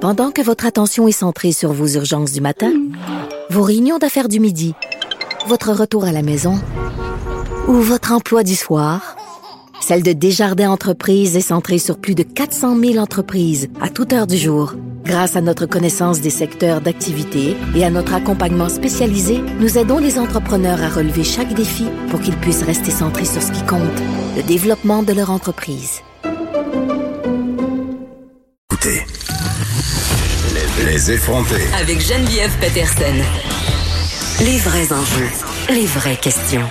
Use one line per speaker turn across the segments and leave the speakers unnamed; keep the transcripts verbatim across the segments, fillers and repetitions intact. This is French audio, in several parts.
Pendant que votre attention est centrée sur vos urgences du matin, vos réunions d'affaires du midi, votre retour à la maison ou votre emploi du soir, celle de Desjardins Entreprises est centrée sur plus de quatre cent mille entreprises à toute heure du jour. Grâce à notre connaissance des secteurs d'activité et à notre accompagnement spécialisé, nous aidons les entrepreneurs à relever chaque défi pour qu'ils puissent rester centrés sur ce qui compte, le développement de leur entreprise.
Écoutez, les, les effrontés.
Avec Geneviève Peterson. Les vrais enjeux, les vraies questions.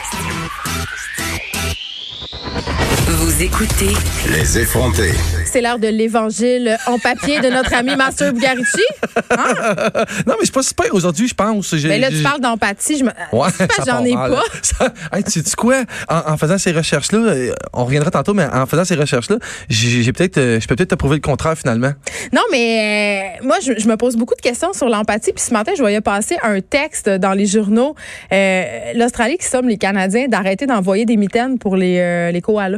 Vous écoutez
Les effrontés.
C'est l'heure de l'évangile en papier de notre ami Master Bugarici. Hein?
Non, mais je suis pas super aujourd'hui, je pense.
Mais là, tu parles d'empathie. Je me...
Ouais,
c'est pas, j'en ai mal. pas.
Ça... Hey, tu sais quoi? En, en faisant ces recherches-là, on reviendra tantôt, mais en faisant ces recherches-là, j'ai, j'ai peut-être, je peux peut-être te prouver le contraire finalement.
Non, mais euh, moi, je, je me pose beaucoup de questions sur l'empathie. Puis ce matin, je voyais passer un texte dans les journaux. Euh, L'Australie qui somme les Canadiens d'arrêter d'envoyer des mitaines pour les, euh, les koalas.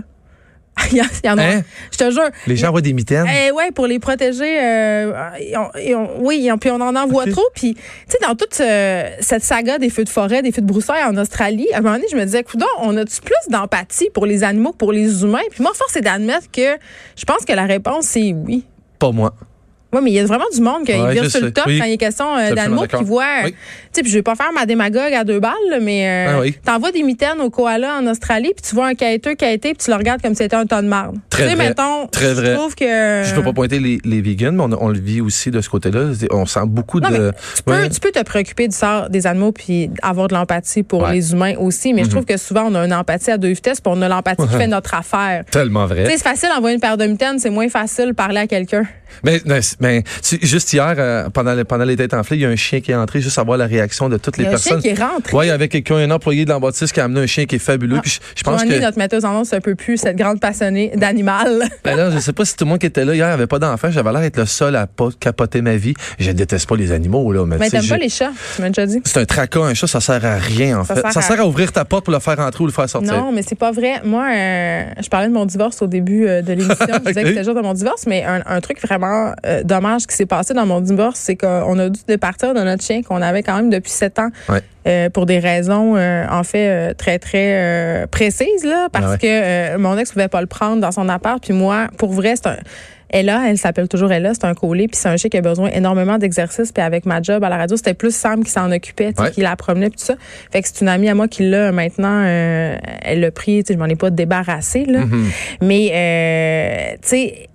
Il y en a. Hein? Je te jure.
Les gens envoient des mitaines.
Eh ouais, pour les protéger. Euh, et on, et on, oui, puis on en envoie okay. trop. Puis, tu sais, dans toute euh, cette saga des feux de forêt, des feux de broussailles en Australie, à un moment donné, je me disais, coudonc, on a-tu plus d'empathie pour les animaux que pour les humains? Puis moi, force est d'admettre que je pense que la réponse, c'est oui.
Pas moi.
Oui, mais il y a vraiment du monde qui
ouais,
vire sur
sais.
le top
oui.
quand il est question euh, d'animaux qui voient.
Oui.
Tu sais, puis je vais pas faire ma démagogue à deux balles, mais euh,
ah oui.
t'envoies des mitaines aux koalas en Australie, puis tu vois un quêteux quêter, puis tu le regardes comme si c'était un tas de marde.
Très
tu sais,
vrai.
mettons,
Très vrai.
Je trouve que.
Je peux pas pointer les, les vegans, mais on, on le vit aussi de ce côté-là. On sent beaucoup
non,
de.
Tu peux, ouais. tu peux te préoccuper du sort des animaux puis avoir de l'empathie pour ouais. les humains aussi, mais mm-hmm. je trouve que souvent on a une empathie à deux vitesses, puis on a l'empathie qui fait notre affaire.
Tellement vrai.
Tu sais, c'est facile d'envoyer une paire de mitaines, c'est moins facile de parler à quelqu'un.
Mais, mais, mais juste hier, euh, pendant, le, pendant les têtes enflées, il y a un chien qui est entré, juste à voir la réaction de toutes les
il y a
personnes.
Un chien qui est rentré.
Oui, avec quelqu'un, un employé de l'Embâtisse qui a amené un chien qui est fabuleux. Ah, puis je, je pense que
notre metteuse en ondes, un peu plus cette grande passionnée d'animal.
Ben là, je sais pas si tout le monde qui était là hier avait pas d'enfant. J'avais l'air d'être le seul à pas capoter ma vie. Je déteste pas les animaux, là. Mais,
mais t'aimes pas les chats, tu m'as déjà dit.
C'est un tracas, un chat, ça sert à rien, en ça fait. Sert ça à... sert à ouvrir ta porte pour le faire entrer ou le faire sortir.
Non, mais c'est pas vrai. Moi, euh, je parlais de mon divorce au début euh, de l'émission. Je disais okay. que c'était le jour de mon divorce, mais un, un truc vraiment euh, dommage qui s'est passé dans mon divorce, c'est qu'on a dû départir de notre chien qu'on avait quand même depuis sept ans.
Ouais.
Euh, pour des raisons, euh, en fait, euh, très, très euh, précises, là, parce ah ouais. que euh, mon ex pouvait pas le prendre dans son appart, puis moi, pour vrai, c'est un... Ella, elle s'appelle toujours Ella, c'est un collet, puis c'est un chien qui a besoin énormément d'exercice, puis avec ma job à la radio, c'était plus Sam qui s'en occupait, ouais. qui la promenait, puis tout ça. Fait que c'est une amie à moi qui l'a maintenant, euh, elle l'a pris, tu sais, je m'en ai pas débarrassée, là. Mm-hmm. Mais, euh, tu sais,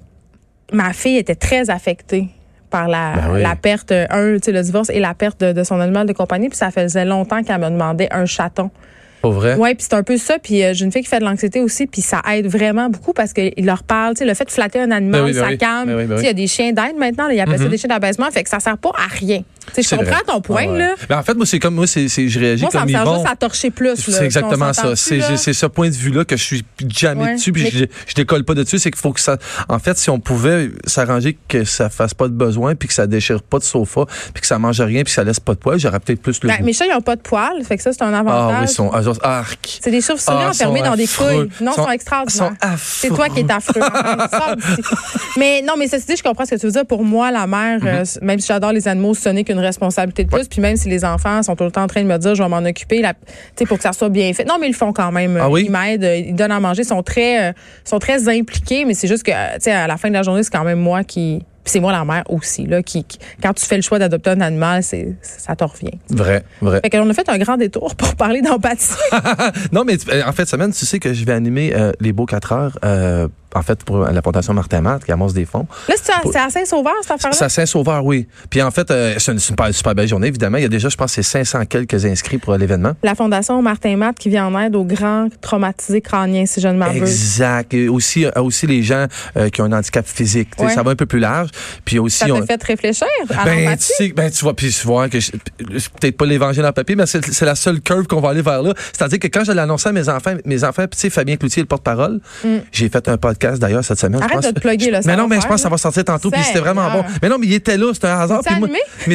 ma fille était très affectée par la, ben oui. la perte, un, tu sais, le divorce et la perte de, de son animal de compagnie. Puis ça faisait longtemps qu'elle me demandait un chaton.
Pas vrai?
Oui, puis c'est un peu ça. Puis euh, j'ai une fille qui fait de l'anxiété aussi, puis ça aide vraiment beaucoup parce qu'il leur parle. Tu sais, le fait de flatter un animal, ben oui, ben ça oui. calme. Ben oui, ben oui. Tu sais, il y a des chiens d'aide maintenant, là, ils appellent mm-hmm. ça des chiens d'abaissement, fait que ça sert pas à rien. Tu sais, je comprends vrai. ton point, ah ouais. là.
Mais en fait, moi, c'est comme moi, c'est, c'est je réagis
moi,
comme
ça me
sert
juste à torcher plus. Là,
c'est exactement ça. C'est, plus, c'est ce point de vue-là que je suis jamais ouais. dessus, puis mais... je, je décolle pas dessus. C'est qu'il faut que ça. En fait, si on pouvait s'arranger que ça fasse pas de besoin, puis que ça déchire pas de sofa, puis que ça mange rien, puis que ça laisse pas de poils, j'aurais peut-être plus le.
Ben, mes chats, ils ont pas de poils, fait que ça, c'est un avantage.
Ah oui, ils sont arc.
C'est des chauves-souris ah, enfermées dans des couilles. Non, ils sont extraordinaires. C'est toi qui es affreux. Mais non, mais ceci dit, je comprends ce que tu veux dire. Pour moi, la mère, mm-hmm. euh, même si j'adore les animaux, ce n'est qu'une responsabilité de plus. Ouais. Puis même si les enfants sont tout le temps en train de me dire, je vais m'en occuper, la, pour que ça soit bien fait. Non, mais ils le font quand même.
Ah oui?
Ils m'aident, ils donnent à manger, ils sont très, euh, sont très impliqués. Mais c'est juste que, tu sais, à la fin de la journée, c'est quand même moi qui. Puis c'est moi la mère aussi, là, qui, qui, quand tu fais le choix d'adopter un animal, c'est, ça te revient.
Vrai, vrai.
Fait qu'on a fait un grand détour pour parler d'empathie.
Non, mais en fait, semaine, tu sais que je vais animer euh, les Beaux quatre heures, euh, en fait, pour la Fondation Martin-Matt, qui amasse des fonds.
Là, c'est à, c'est à Saint-Sauveur, cette affaire-là?
C'est à Saint-Sauveur, oui. Puis en fait, euh, c'est une super, super belle journée, évidemment. Il y a déjà, je pense, c'est cinq cents quelques inscrits pour l'événement. La
Fondation Martin-Matt qui vient en aide aux grands traumatisés crâniens, si je ne m'abuse.
Exact. Et aussi, euh, aussi les gens euh, qui ont un handicap physique. Ouais. Ça va un peu plus large. Puis aussi,
ça t'a
on...
fait réfléchir à
ben,
l'empathie?
Tu sais, ben, tu vois, puis tu vois que je, peut-être pas l'évangile en papier, mais c'est, c'est la seule curve qu'on va aller vers là. C'est-à-dire que quand je l'ai annoncé à mes enfants, mes enfants, tu sais, Fabien Cloutier, le porte-parole, mm. j'ai fait un podcast podcast d'ailleurs cette semaine.
Arrête
je pense.
de te plugger, là.
Mais non, mais faire, je pense que ça va sortir tantôt, puis c'était vraiment bon. Mais non, mais il était là, c'était un hasard.
C'est animé?
Moi,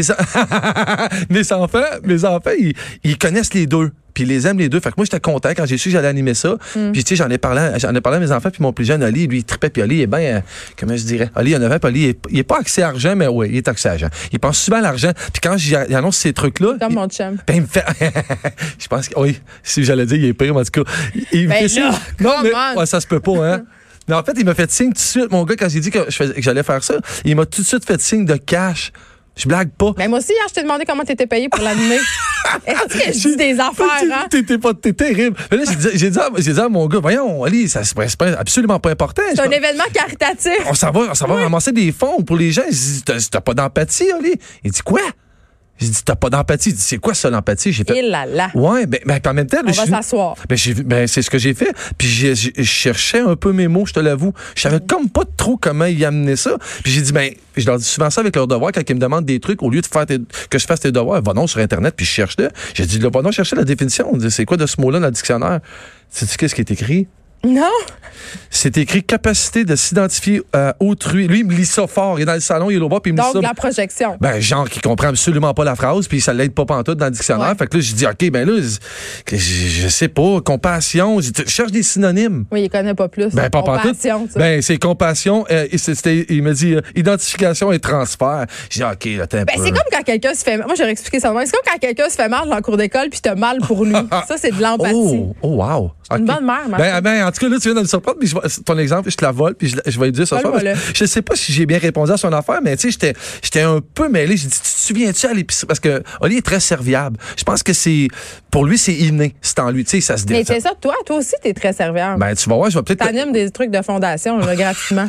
mes, mes enfants, mes enfants, ils, ils connaissent les deux. Puis ils les aiment les deux. Fait que moi, j'étais content quand j'ai su que j'allais animer ça. Mm. Puis tu sais, j'en ai parlé, j'en ai parlé à mes enfants. Puis mon plus jeune, Oli, lui, il trippait. Puis Oli, il est bien, euh, comment je dirais? Oli, il a neuf ans. Puis Oli, il est, il est pas axé argent, mais oui, il est axé argent. Il pense souvent à l'argent. Puis quand j'annonce ces trucs-là.
Comme
il,
mon chum.
Ben, il me fait. Je pense que, oui, si j'allais dire, il est pire, mais en tout cas. Il me
ben
fait
là,
ça. Non, mais, ouais, ça se peut pas, hein. Mais en fait, il m'a fait signe tout de suite, mon gars, quand j'ai dit que, je faisais, que j'allais faire ça. Il m'a tout de suite fait signe de cash. Je blague pas.
Mais moi aussi, hier, je t'ai demandé comment t'étais payé pour l'animer. Est-ce que je dis des affaires, hein?
T'es pas, t'es terrible. Mais là, j'ai dit, j'ai dit, à, j'ai dit à mon gars, voyons, Ali, ça, c'est pas, absolument pas important.
C'est un événement caritatif.
On s'en va, on s'en va oui. ramasser des fonds pour les gens. J'ai dit, t'as, t'as pas d'empathie, Ali? Il dit, quoi? J'ai dit, t'as pas d'empathie. Il dit, c'est quoi ça, l'empathie? J'ai fait.
Et là là.
Ouais, ben, ben, en même temps,
on va s'asseoir.
Ben, j'ai, ben, c'est ce que j'ai fait. Puis, j'ai, j'ai, je cherchais un peu mes mots, je te l'avoue. Je savais mm. comme pas trop comment y amener ça. Puis, j'ai dit, ben, je leur dis souvent ça avec leurs devoirs quand ils me demandent des trucs. Au lieu de faire tes, que je fasse tes devoirs, va non sur Internet, puis je cherche là. J'ai dit, va non chercher la définition. C'est quoi de ce mot-là dans le dictionnaire? Sais-tu qu'est-ce qui est écrit?
Non.
C'est écrit capacité de s'identifier à autrui. Lui, il me lit ça fort. Il est dans le salon, il est là-bas, puis il me
Donc,
dit ça.
Donc, la projection.
Ben, genre, qui comprend absolument pas la phrase, puis ça l'aide pas pantoute dans le dictionnaire. Ouais. Fait que là, j'ai dit, OK, ben là, je, je sais pas, compassion. Je cherche des synonymes.
Oui, il connaît pas plus.
Ben, pas pantoute. Ben, c'est compassion. Euh, c'était, il me dit euh, identification et transfert. J'ai dit, OK, là, t'es un
ben,
peu.
c'est comme quand quelqu'un se fait mal. Moi, j'aurais expliqué ça. C'est comme quand quelqu'un se fait mal dans le cours d'école, puis t'as mal pour lui. Ça, c'est de l'empathie.
Oh, oh wow.
C'est une okay. bonne mère, ma
ben, ben, en tout cas, là, tu viens de me surprendre, puis je, ton exemple, je te la vole, puis je, je vais lui dire ce soir. Je sais pas si j'ai bien répondu à son affaire, mais tu sais, j'étais, j'étais un peu mêlé. J'ai dit, tu te souviens-tu à l'épicerie? Parce que Oli est très serviable. Je pense que c'est, pour lui, c'est inné. C'est en lui, tu sais, ça se développe.
Mais c'est ça, toi, toi aussi, t'es très serviable.
Ben, tu vas voir, je vais peut-être.
T'animes des trucs de fondation, là, gratuitement.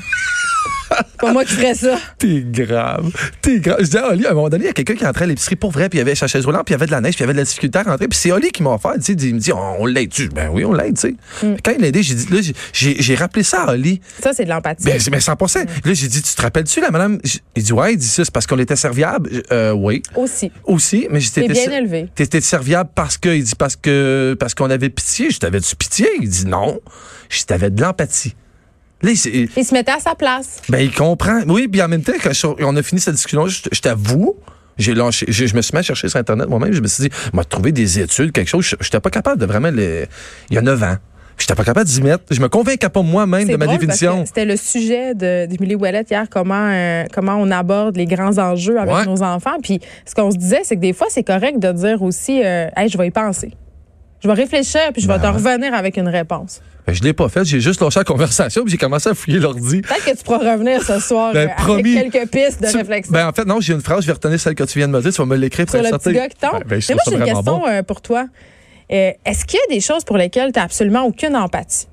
Pas moi qui ferais ça.
T'es grave. T'es grave. Je disais à Oli, à un moment donné, il y a quelqu'un qui entrait à l'épicerie pour vrai, puis il y avait sa chaise roulante, puis il y avait de la neige, puis il y avait de la difficulté à rentrer. Puis c'est Oli qui m'a offert, tu sais, il me dit, on, on l'aide. Ben oui, on l'aide, tu sais. Mm. Quand il l'a aidé, j'ai dit, là, j'ai, j'ai rappelé ça à Oli.
Ça, c'est de l'empathie.
Ben, mais cent pour cent. Mm. Là, j'ai dit, tu te rappelles-tu, la madame? Il dit, ouais, il dit ça, c'est parce qu'on était serviable. Euh, oui.
Aussi.
Aussi, mais j'étais.
T'es bien élevé.
T'étais serviable parce que, il dit, parce que, parce qu'on avait pitié. Je t'avais-tu pitié? Il dit, non. Je t'avais de l'empathie. Là, il,
il se mettait à sa place.
Ben, il comprend. Oui, puis en même temps, quand je, on a fini cette discussion, je, je t'avoue, j'ai lâché, je, je me suis mis à chercher sur Internet moi-même, je me suis dit, m'a trouvé des études, quelque chose, je n'étais pas capable de vraiment les. Il y a neuf ans. J'étais pas capable d'y mettre. Je me convainquais pas moi-même
c'est
de ma
drôle
définition.
Parce que c'était le sujet de, d'Émilie Ouellette hier, comment, euh, comment on aborde les grands enjeux avec ouais. nos enfants. Puis ce qu'on se disait, c'est que des fois, c'est correct de dire aussi, euh, hey, je vais y penser. Je vais réfléchir, puis je vais ben, te revenir avec une réponse.
Ben, je l'ai pas fait, j'ai juste lâché la conversation, puis j'ai commencé à fouiller l'ordi.
Peut-être que tu pourras revenir ce soir
ben,
avec
promis,
quelques pistes de
tu,
réflexion.
Ben, en fait, non, j'ai une phrase, je vais retenir celle que tu viens de me dire, tu vas me l'écrire pour
Sur le
sortir.
petit gars qui tombe. Ben, ben, Mais moi, j'ai une question bon. euh, pour toi. Euh, est-ce qu'il y a des choses pour lesquelles tu n'as absolument aucune empathie?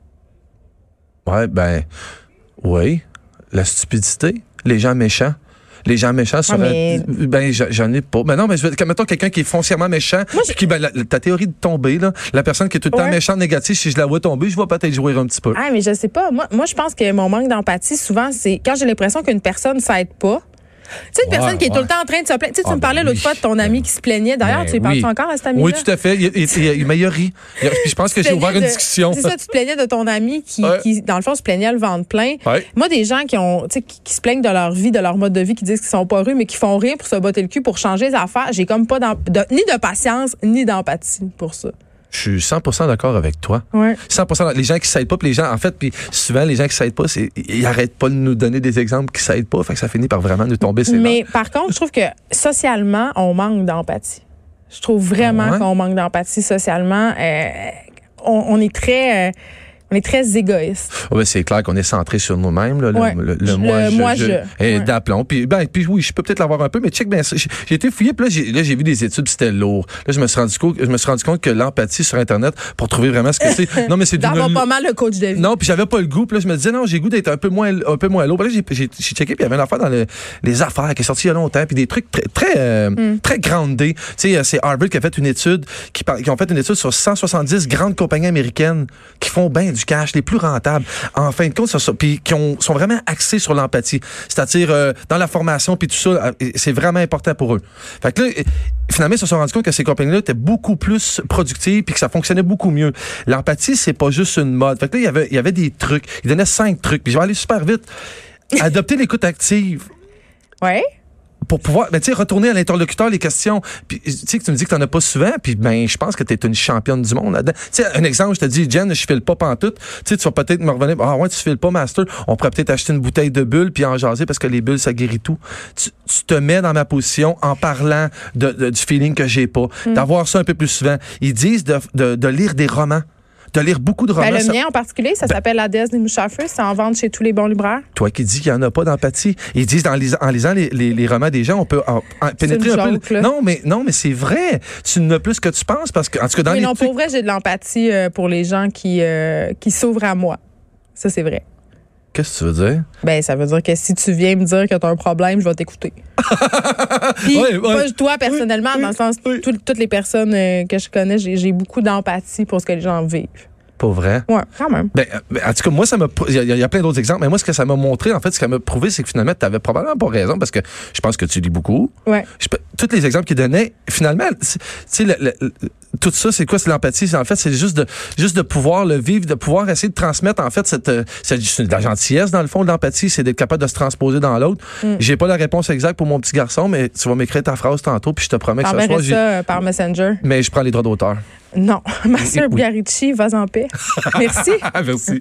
Ouais, ben, oui. La stupidité, les gens méchants. Les gens méchants sont. Ah, mais... Ben, j'en ai pas. Ben non, mais je veux, mettons quelqu'un qui est foncièrement méchant. Moi, qui, ben, la, ta théorie de tomber, là, la personne qui est tout le ouais. temps méchante, négative, si je la vois tomber, je vois peut-être jouer un petit peu.
Ah, mais je sais pas. Moi, moi je pense que mon manque d'empathie, souvent, c'est quand j'ai l'impression qu'une personne s'aide pas. Tu sais, une ouais, personne qui est ouais. tout le temps en train de se plaindre. Tu sais, tu ah, me parlais ben l'autre oui. fois de ton ami qui se plaignait. D'ailleurs, ben tu y parles-tu oui. encore à cet ami-là?
Oui, tout à fait. Il, il, il, il m'a ri. Puis je pense que j'ai ouvert une
de,
discussion.
C'est ça, tu te plaignais de ton ami qui, ouais. qui dans le fond, se plaignait le ventre plein.
Ouais.
Moi, des gens qui ont, tu sais, qui, qui se plaignent de leur vie, de leur mode de vie, qui disent qu'ils sont pas heureux, mais qui font rien pour se botter le cul, pour changer les affaires, j'ai comme pas de, ni de patience, ni d'empathie pour ça.
Je suis cent pour cent d'accord avec toi.
Ouais.
cent pour cent. Les gens qui s'aident pas, puis les gens, en fait, puis souvent, les gens qui s'aident pas, c'est, ils arrêtent pas de nous donner des exemples qui s'aident pas, fait que ça finit par vraiment nous tomber ses
Mais mains. Par contre, je trouve que socialement, on manque d'empathie. Je trouve vraiment ouais. qu'on manque d'empathie socialement. Euh, on, on est très... Euh, On est très égoïste.
Oui, c'est clair qu'on est centré sur nous-mêmes. Là,
ouais.
Le, le, le
le
moi, je,
moi,
je,
je.
Et
ouais.
d'aplomb. Puis, ben, puis oui, je peux peut-être l'avoir un peu, mais check, ben, j'ai, j'ai été fouillé, puis là, j'ai, là, j'ai vu des études, puis c'était lourd. Là, je me suis rendu compte, je me suis rendu compte que l'empathie sur Internet, pour trouver vraiment ce que c'est. Non, mais c'est
d'avoir pas mal le coach de vie.
Non, puis j'avais pas le goût. Puis là, je me disais, non, j'ai le goût d'être un peu moins, un peu moins lourd. Puis là, j'ai, j'ai, j'ai checké, puis il y avait une affaire dans le, les affaires qui est sortie il y a longtemps, puis des trucs très, très, euh, mm. très groundés. Tu sais, c'est Harvard qui a fait une étude, qui, qui ont fait une étude sur cent soixante-dix grandes compagnies américaines qui font bien du du cash, les plus rentables, en fin de compte, ça, puis qui ont, sont vraiment axés sur l'empathie. C'est-à-dire, euh, dans la formation, puis tout ça, c'est vraiment important pour eux. Fait que là, finalement, ils se sont rendus compte que ces compagnies-là étaient beaucoup plus productives puis que ça fonctionnait beaucoup mieux. L'empathie, c'est pas juste une mode. Fait que là, il y avait, il y avait des trucs. Ils donnaient cinq trucs. Puis je vais aller super vite. Adopter l'écoute active.
Ouais.
Pour pouvoir, ben, tu sais, retourner à l'interlocuteur les questions. Puis, tu sais, que tu me dis que t'en as pas souvent, puis ben, je pense que t'es une championne du monde là-dedans. Tu sais, un exemple, je te dis, Jen, je file pas pantoute. Tu sais, tu vas peut-être me revenir, ah ouais, tu files pas, Master. On pourrait peut-être acheter une bouteille de bulles puis en jaser parce que les bulles, ça guérit tout. Tu, tu te mets dans ma position en parlant de, de, du feeling que j'ai pas. Mm. D'avoir ça un peu plus souvent. Ils disent de, de, de lire des romans. De lire beaucoup de romans.
Ben, le
ça...
mien en particulier, ça ben... s'appelle La déesse des mouches à feu. C'est en vente chez tous les bons libraires.
Toi qui dis qu'il n'y en a pas d'empathie. Ils disent en lisant, en lisant les, les, les romans des gens, on peut en, en pénétrer un
joke,
peu.
Là.
Non, mais non, mais c'est vrai. Tu n'as plus que tu penses parce que en tout cas dans
oui,
les
non,
trucs...
pour vrai, j'ai de l'empathie euh, pour les gens qui euh, qui s'ouvrent à moi. Ça, c'est vrai.
Qu'est-ce que tu veux dire?
Ben, ça veut dire que si tu viens me dire que tu as un problème, je vais t'écouter. Puis,
ouais, ouais.
pas toi personnellement,
oui,
dans le sens,
oui.
tout, toutes les personnes euh, que je connais, j'ai, j'ai beaucoup d'empathie pour ce que les gens vivent.
Pas vrai?
Oui, quand même.
Ben, en tout cas, moi, ça m'a. Il y, y a plein d'autres exemples, mais moi, ce que ça m'a montré, en fait, ce qu'elle m'a prouvé, c'est que finalement, tu avais probablement pas raison parce que je pense que tu lis beaucoup.
Ouais.
Je, tous les exemples qu'il donnait, finalement, tu sais, le, le, le, tout ça, c'est quoi? C'est l'empathie. En fait, c'est juste de, juste de pouvoir le vivre, de pouvoir essayer de transmettre, en fait, cette, cette, c'est de la gentillesse, dans le fond, de l'empathie, c'est d'être capable de se transposer dans l'autre. Mm. J'ai pas la réponse exacte pour mon petit garçon, mais tu vas m'écrire ta phrase tantôt, puis je te promets que ce soir, j'ai.
ça par Messenger.
Mais je prends les droits d'auteur.
Non. Master Biarici, vas en paix. Merci.
Merci.